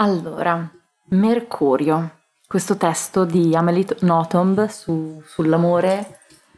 Allora, Mercurio, questo testo di Amélie Nothomb sull'amore,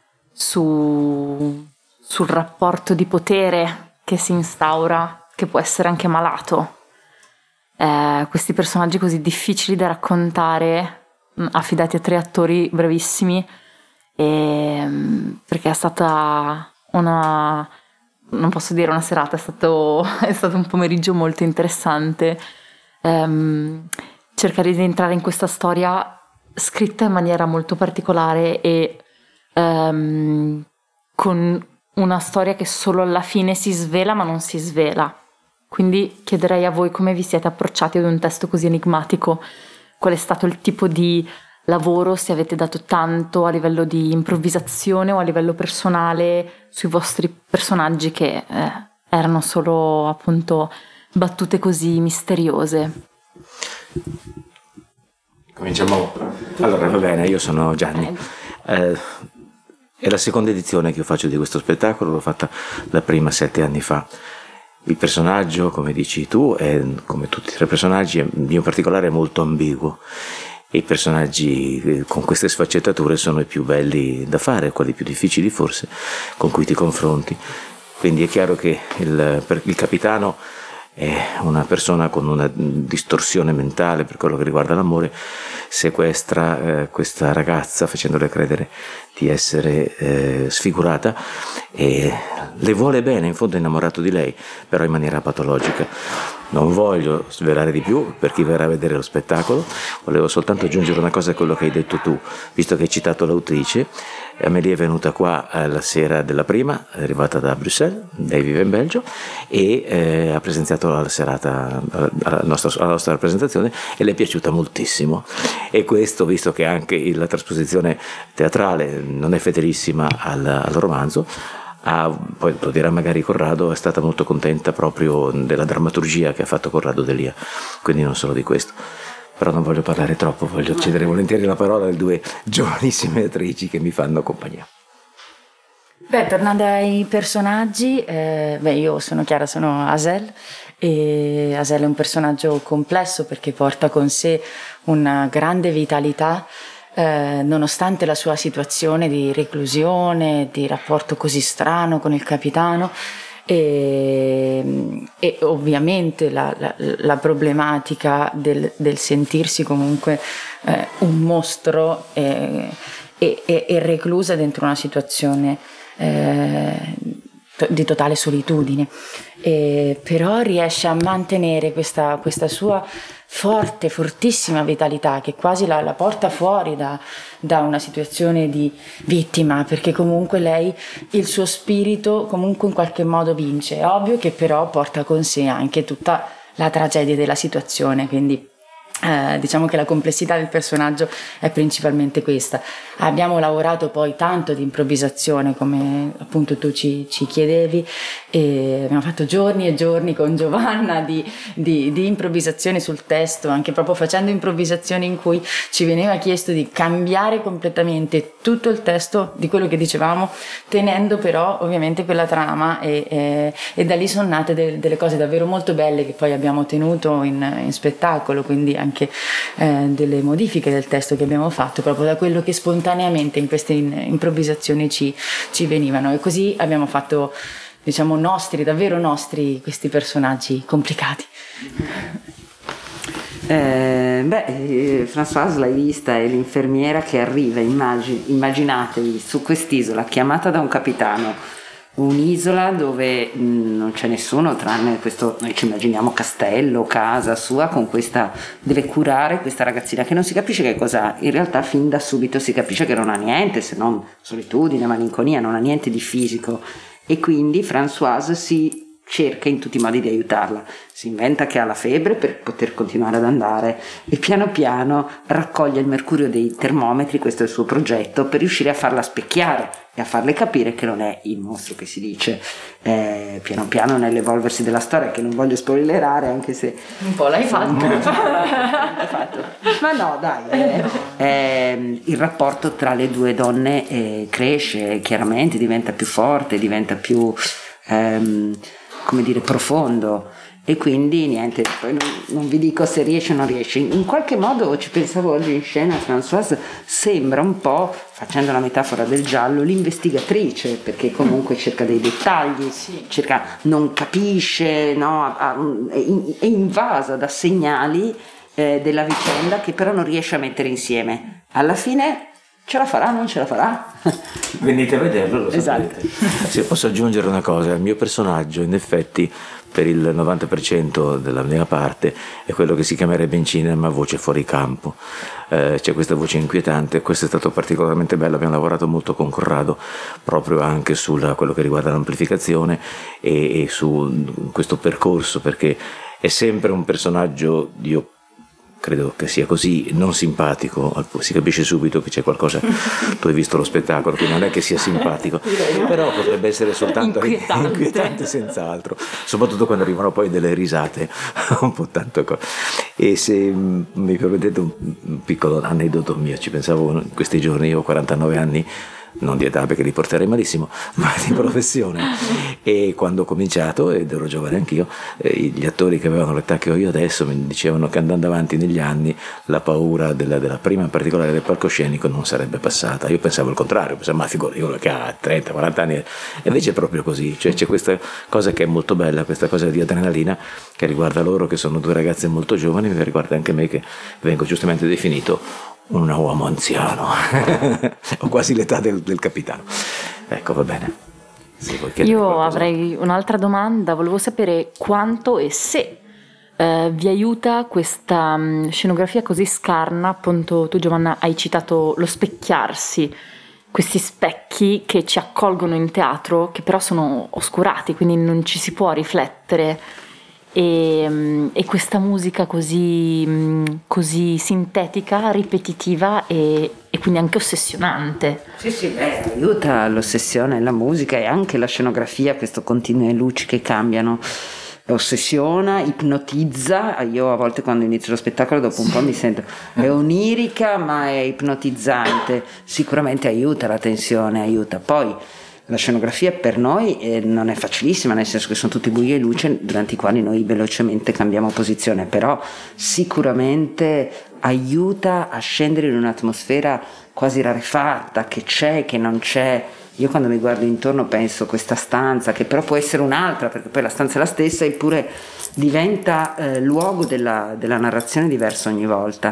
sul rapporto di potere che si instaura, che può essere anche malato. Questi personaggi così difficili da raccontare, affidati a 3 attori bravissimi, perché è stata non posso dire una serata, è stato un pomeriggio molto interessante. Cercare di entrare in questa storia scritta in maniera molto particolare e con una storia che solo alla fine si svela ma non si svela. Quindi chiederei a voi come vi siete approcciati ad un testo così enigmatico, qual è stato il tipo di lavoro, se avete dato tanto a livello di improvvisazione o a livello personale sui vostri personaggi che erano solo appunto battute così misteriose. Cominciamo. Allora, va bene, io sono Gianni. È la seconda edizione che io faccio di questo spettacolo, l'ho fatta la prima 7 anni fa. Il personaggio, come dici tu, è, come tutti i 3 personaggi, in particolare è molto ambiguo. I personaggi con queste sfaccettature sono i più belli da fare, quelli più difficili forse, con cui ti confronti. Quindi è chiaro che il capitano è una persona con una distorsione mentale per quello che riguarda l'amore, sequestra questa ragazza facendole credere di essere sfigurata e le vuole bene, in fondo è innamorato di lei, però in maniera patologica. Non voglio svelare di più per chi verrà a vedere lo spettacolo, volevo soltanto aggiungere una cosa a quello che hai detto tu, visto che hai citato l'autrice. Amélie è venuta qua la sera della prima, è arrivata da Bruxelles, lei vive in Belgio, e ha presenziato alla serata, alla nostra rappresentazione, e le è piaciuta moltissimo. E questo, visto che anche la trasposizione teatrale non è fedelissima al romanzo, poi lo dirà magari Corrado, è stata molto contenta proprio della drammaturgia che ha fatto Corrado Delia, quindi non solo di questo. Però non voglio parlare troppo, voglio cedere volentieri la parola alle 2 giovanissime attrici che mi fanno compagnia. Tornando ai personaggi, io sono Chiara, sono Asel, e Asel è un personaggio complesso perché porta con sé una grande vitalità, nonostante la sua situazione di reclusione, di rapporto così strano con il capitano. E ovviamente la problematica del sentirsi comunque un mostro e reclusa dentro una situazione di totale solitudine, però riesce a mantenere questa sua fortissima vitalità che quasi la porta fuori da una situazione di vittima, perché comunque lei, il suo spirito comunque in qualche modo vince. È ovvio che però porta con sé anche tutta la tragedia della situazione, quindi diciamo che la complessità del personaggio è principalmente questa. Abbiamo lavorato poi tanto di improvvisazione, come appunto tu ci chiedevi, e abbiamo fatto giorni e giorni con Giovanna di improvvisazione sul testo, anche proprio facendo improvvisazioni in cui ci veniva chiesto di cambiare completamente tutto il testo di quello che dicevamo, tenendo però ovviamente quella trama, e da lì sono nate delle cose davvero molto belle che poi abbiamo tenuto in spettacolo, quindi anche delle modifiche del testo che abbiamo fatto proprio da quello che spontaneamente in queste improvvisazioni ci venivano, e così abbiamo fatto, diciamo, davvero nostri questi personaggi complicati. Françoise l'hai vista, è l'infermiera che arriva, immaginatevi, su quest'isola chiamata da un capitano, un'isola dove non c'è nessuno tranne questo, noi ci immaginiamo castello, casa sua, con questa, deve curare questa ragazzina che non si capisce che cosa ha. In realtà fin da subito si capisce che non ha niente se non solitudine, malinconia, non ha niente di fisico, e quindi Françoise si cerca in tutti i modi di aiutarla, si inventa che ha la febbre per poter continuare ad andare, e piano piano raccoglie il mercurio dei termometri, questo è il suo progetto, per riuscire a farla specchiare e a farle capire che non è il mostro che si dice. Piano piano, nell'evolversi della storia, che non voglio spoilerare, anche se un po' l'hai fatto. Ma no, dai, il rapporto tra le 2 donne cresce, chiaramente diventa più forte, diventa più come dire, profondo, e quindi niente, poi non vi dico se riesce o non riesce. In qualche modo, ci pensavo oggi in scena, Françoise sembra un po', facendo la metafora del giallo, l'investigatrice, perché comunque cerca dei dettagli, non capisce, no? È invasa da segnali della vicenda che però non riesce a mettere insieme. Alla fine ce la farà, non ce la farà? Venite a vederlo, lo esatto. sapete. Se posso aggiungere una cosa, il mio personaggio in effetti per il 90% della mia parte è quello che si chiamerebbe in cinema voce fuori campo. C'è questa voce inquietante, questo è stato particolarmente bello, abbiamo lavorato molto con Corrado proprio anche su quello che riguarda l'amplificazione e su questo percorso, perché è sempre un personaggio, io credo che sia così, non simpatico, si capisce subito che c'è qualcosa, tu hai visto lo spettacolo, quindi non è che sia simpatico, però potrebbe essere soltanto inquietante senz'altro, soprattutto quando arrivano poi delle risate un po' tanto. E se mi permettete un piccolo aneddoto mio, ci pensavo in questi giorni, io ho 49 anni, non di età perché li porterei malissimo, ma di professione, e quando ho cominciato, ed ero giovane anch'io, gli attori che avevano l'età che ho io adesso mi dicevano che andando avanti negli anni la paura della prima, in particolare del palcoscenico, non sarebbe passata. Io pensavo il contrario, pensavo ma figurati, uno che ha 30-40 anni, e invece è proprio così, cioè c'è questa cosa che è molto bella, questa cosa di adrenalina che riguarda loro, che sono due ragazze molto giovani, ma riguarda anche me che vengo giustamente definito un uomo anziano. Ho quasi l'età del capitano. Ecco, va bene. Io avrei un'altra domanda, volevo sapere quanto e se vi aiuta questa scenografia così scarna. Appunto, tu Giovanna hai citato lo specchiarsi, questi specchi che ci accolgono in teatro, che però sono oscurati, quindi non ci si può riflettere. E questa musica così sintetica, ripetitiva e quindi anche ossessionante. Sì, aiuta l'ossessione, la musica e anche la scenografia, questo continue luci che cambiano. Ossessiona, ipnotizza. Io a volte quando inizio lo spettacolo dopo un po' mi sento, è onirica ma è ipnotizzante, sicuramente aiuta la tensione, aiuta. Poi la scenografia per noi non è facilissima, nel senso che sono tutti buie e luce durante i quali noi velocemente cambiamo posizione, però sicuramente aiuta a scendere in un'atmosfera quasi rarefatta, che c'è, che non c'è. Io quando mi guardo intorno penso questa stanza, che però può essere un'altra, perché poi la stanza è la stessa, eppure diventa luogo della narrazione diversa ogni volta.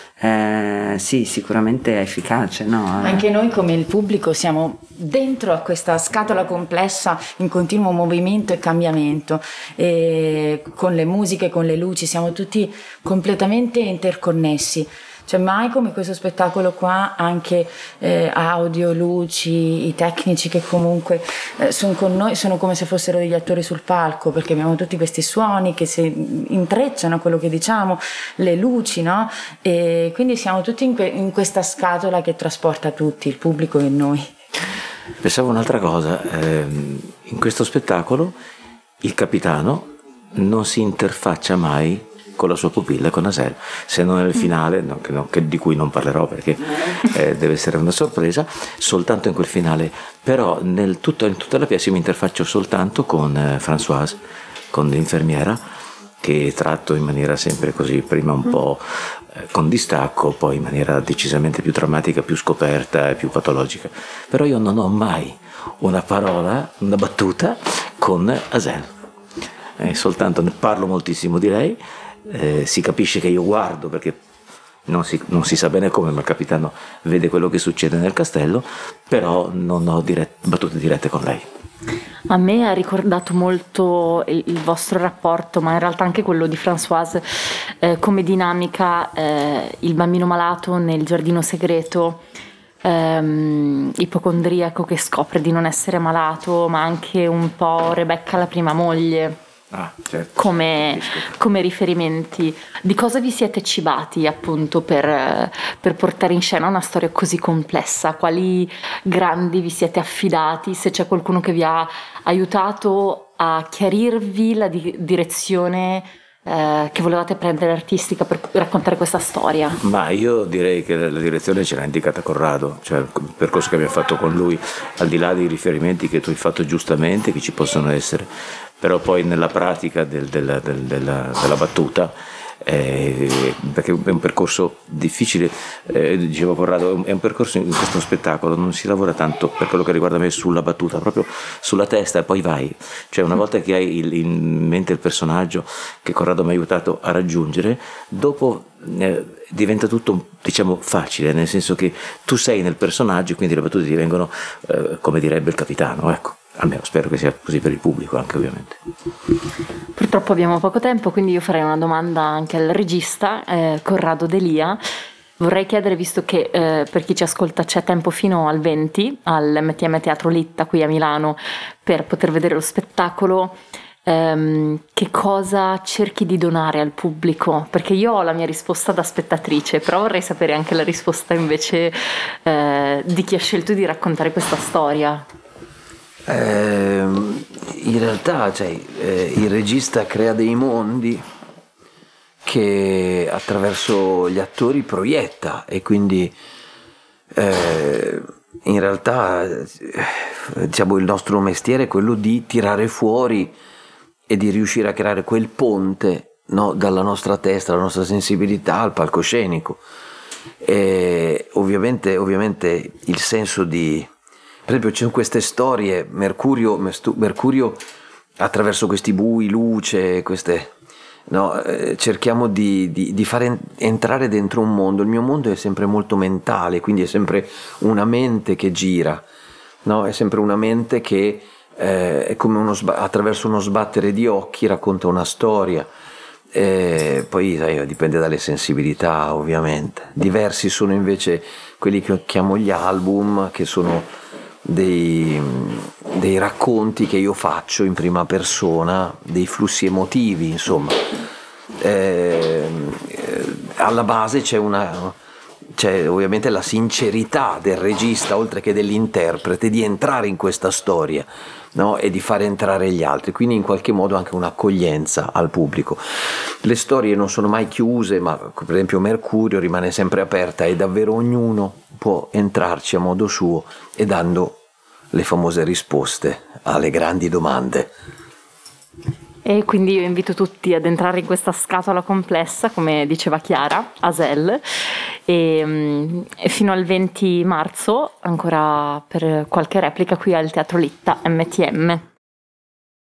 Sì, sicuramente è efficace, no? Anche noi come il pubblico siamo dentro a questa scatola complessa in continuo movimento e cambiamento, e con le musiche, con le luci, siamo tutti completamente interconnessi. Cioè mai come questo spettacolo qua, anche audio, luci, i tecnici che comunque sono con noi, sono come se fossero degli attori sul palco, perché abbiamo tutti questi suoni che si intrecciano a quello che diciamo, le luci, no? E quindi siamo tutti in questa scatola che trasporta tutti, il pubblico e noi. Pensavo un'altra cosa, in questo spettacolo il capitano non si interfaccia mai con la sua pupilla, con Azel, se non nel finale, di cui non parlerò perché deve essere una sorpresa, soltanto in quel finale, però in tutta la pièce mi interfaccio soltanto con Françoise, con l'infermiera, che tratto in maniera sempre così, prima un po' con distacco, poi in maniera decisamente più drammatica, più scoperta e più patologica, però io non ho mai una parola, una battuta con Azel, soltanto ne parlo moltissimo di lei. Si capisce che io guardo perché non si sa bene come, ma il capitano vede quello che succede nel castello, però non ho battute dirette con lei. A me ha ricordato molto il vostro rapporto, ma in realtà anche quello di Françoise, come dinamica, il bambino malato nel giardino segreto, ipocondriaco che scopre di non essere malato, ma anche un po' Rebecca la prima moglie. Certo. Come riferimenti. Di cosa vi siete cibati appunto per portare in scena una storia così complessa? Quali grandi vi siete affidati? Se c'è qualcuno che vi ha aiutato a chiarirvi la direzione che volevate prendere artistica per raccontare questa storia? Ma io direi che la direzione ce l'ha indicata Corrado, cioè il percorso che abbiamo fatto con lui, al di là dei riferimenti che tu hai fatto giustamente, che ci possono essere, però poi nella pratica della battuta, perché è un percorso difficile, dicevo Corrado, è un percorso in questo spettacolo, non si lavora tanto per quello che riguarda me sulla battuta, proprio sulla testa e poi vai, cioè una volta che hai in mente il personaggio che Corrado mi ha aiutato a raggiungere, dopo diventa tutto, diciamo, facile, nel senso che tu sei nel personaggio e quindi le battute ti vengono come direbbe il capitano, ecco. Almeno spero che sia così per il pubblico anche, ovviamente. Purtroppo abbiamo poco tempo, quindi io farei una domanda anche al regista, Corrado D'Elia. Vorrei chiedere, visto che per chi ci ascolta c'è tempo fino al 20 all'MTM Teatro Litta qui a Milano per poter vedere lo spettacolo, che cosa cerchi di donare al pubblico? Perché io ho la mia risposta da spettatrice, però vorrei sapere anche la risposta invece di chi ha scelto di raccontare questa storia. In realtà, cioè, il regista crea dei mondi che attraverso gli attori proietta, e quindi in realtà diciamo il nostro mestiere è quello di tirare fuori e di riuscire a creare quel ponte, no, dalla nostra testa, dalla nostra sensibilità al palcoscenico. E ovviamente il senso di, per esempio, c'è queste storie, Mercurio attraverso questi bui, luce, queste, no, cerchiamo di fare entrare dentro un mondo. Il mio mondo è sempre molto mentale, quindi è sempre una mente che gira, no? È sempre una mente che è come attraverso uno sbattere di occhi racconta una storia. Poi sai, dipende dalle sensibilità, ovviamente. Diversi sono invece quelli che chiamo gli album, che sono dei racconti che io faccio in prima persona, dei flussi emotivi, insomma. Alla base c'è ovviamente la sincerità del regista, oltre che dell'interprete, di entrare in questa storia, no? E di fare entrare gli altri, quindi in qualche modo anche un'accoglienza al pubblico. Le storie non sono mai chiuse, ma per esempio Mercurio rimane sempre aperta e davvero ognuno può entrarci a modo suo e dando le famose risposte alle grandi domande. E quindi io invito tutti ad entrare in questa scatola complessa, come diceva Chiara Asel, e fino al 20 marzo ancora per qualche replica qui al Teatro Litta MTM.